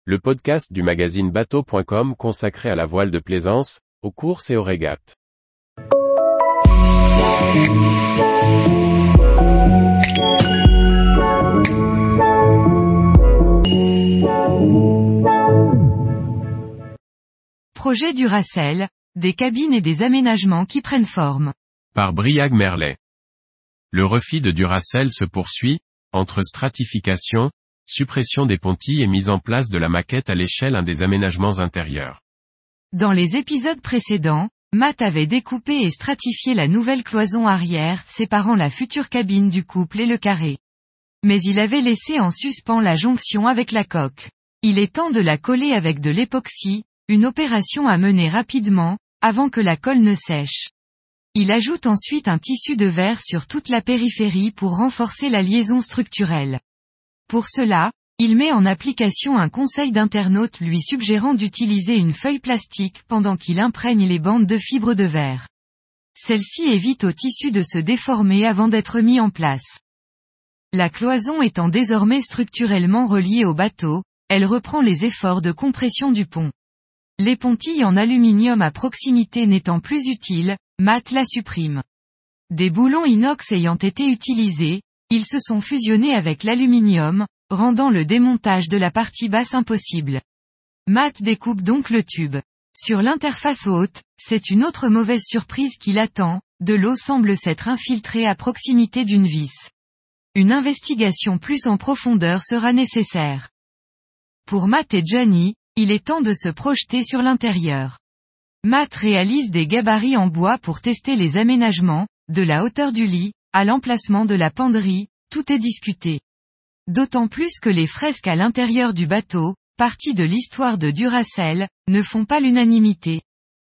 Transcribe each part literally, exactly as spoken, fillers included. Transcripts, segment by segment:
le podcast du magazine bateau point com consacré à la voile de plaisance, aux courses et aux régates. Projet Duracell, des cabines et des aménagements qui prennent forme. Par Briag Merlet. Le refit de Duracell se poursuit, entre stratification, suppression des pontilles et mise en place de la maquette à l'échelle un des aménagements intérieurs. Dans les épisodes précédents, Matt avait découpé et stratifié la nouvelle cloison arrière séparant la future cabine du couple et le carré. Mais il avait laissé en suspens la jonction avec la coque. Il est temps de la coller avec de l'époxy, une opération à mener rapidement, avant que la colle ne sèche. Il ajoute ensuite un tissu de verre sur toute la périphérie pour renforcer la liaison structurelle. Pour cela, il met en application un conseil d'internaute lui suggérant d'utiliser une feuille plastique pendant qu'il imprègne les bandes de fibres de verre. Celle-ci évite au tissu de se déformer avant d'être mis en place. La cloison étant désormais structurellement reliée au bateau, elle reprend les efforts de compression du pont. Les pontilles en aluminium à proximité n'étant plus utiles, Matt la supprime. Des boulons inox ayant été utilisés, ils se sont fusionnés avec l'aluminium, rendant le démontage de la partie basse impossible. Matt découpe donc le tube. Sur l'interface haute, c'est une autre mauvaise surprise qui l'attend, de l'eau semble s'être infiltrée à proximité d'une vis. Une investigation plus en profondeur sera nécessaire. Pour Matt et Johnny, il est temps de se projeter sur l'intérieur. Matt réalise des gabarits en bois pour tester les aménagements, de la hauteur du lit, à l'emplacement de la penderie, tout est discuté. D'autant plus que les fresques à l'intérieur du bateau, partie de l'histoire de Duracell, ne font pas l'unanimité.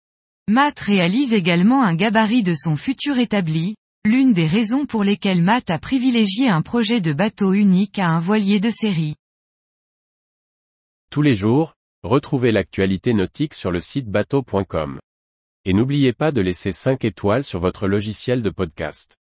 Matt réalise également un gabarit de son futur établi, l'une des raisons pour lesquelles Matt a privilégié un projet de bateau unique à un voilier de série. Tous les jours, retrouvez l'actualité nautique sur le site bateau point com. Et n'oubliez pas de laisser cinq étoiles sur votre logiciel de podcast.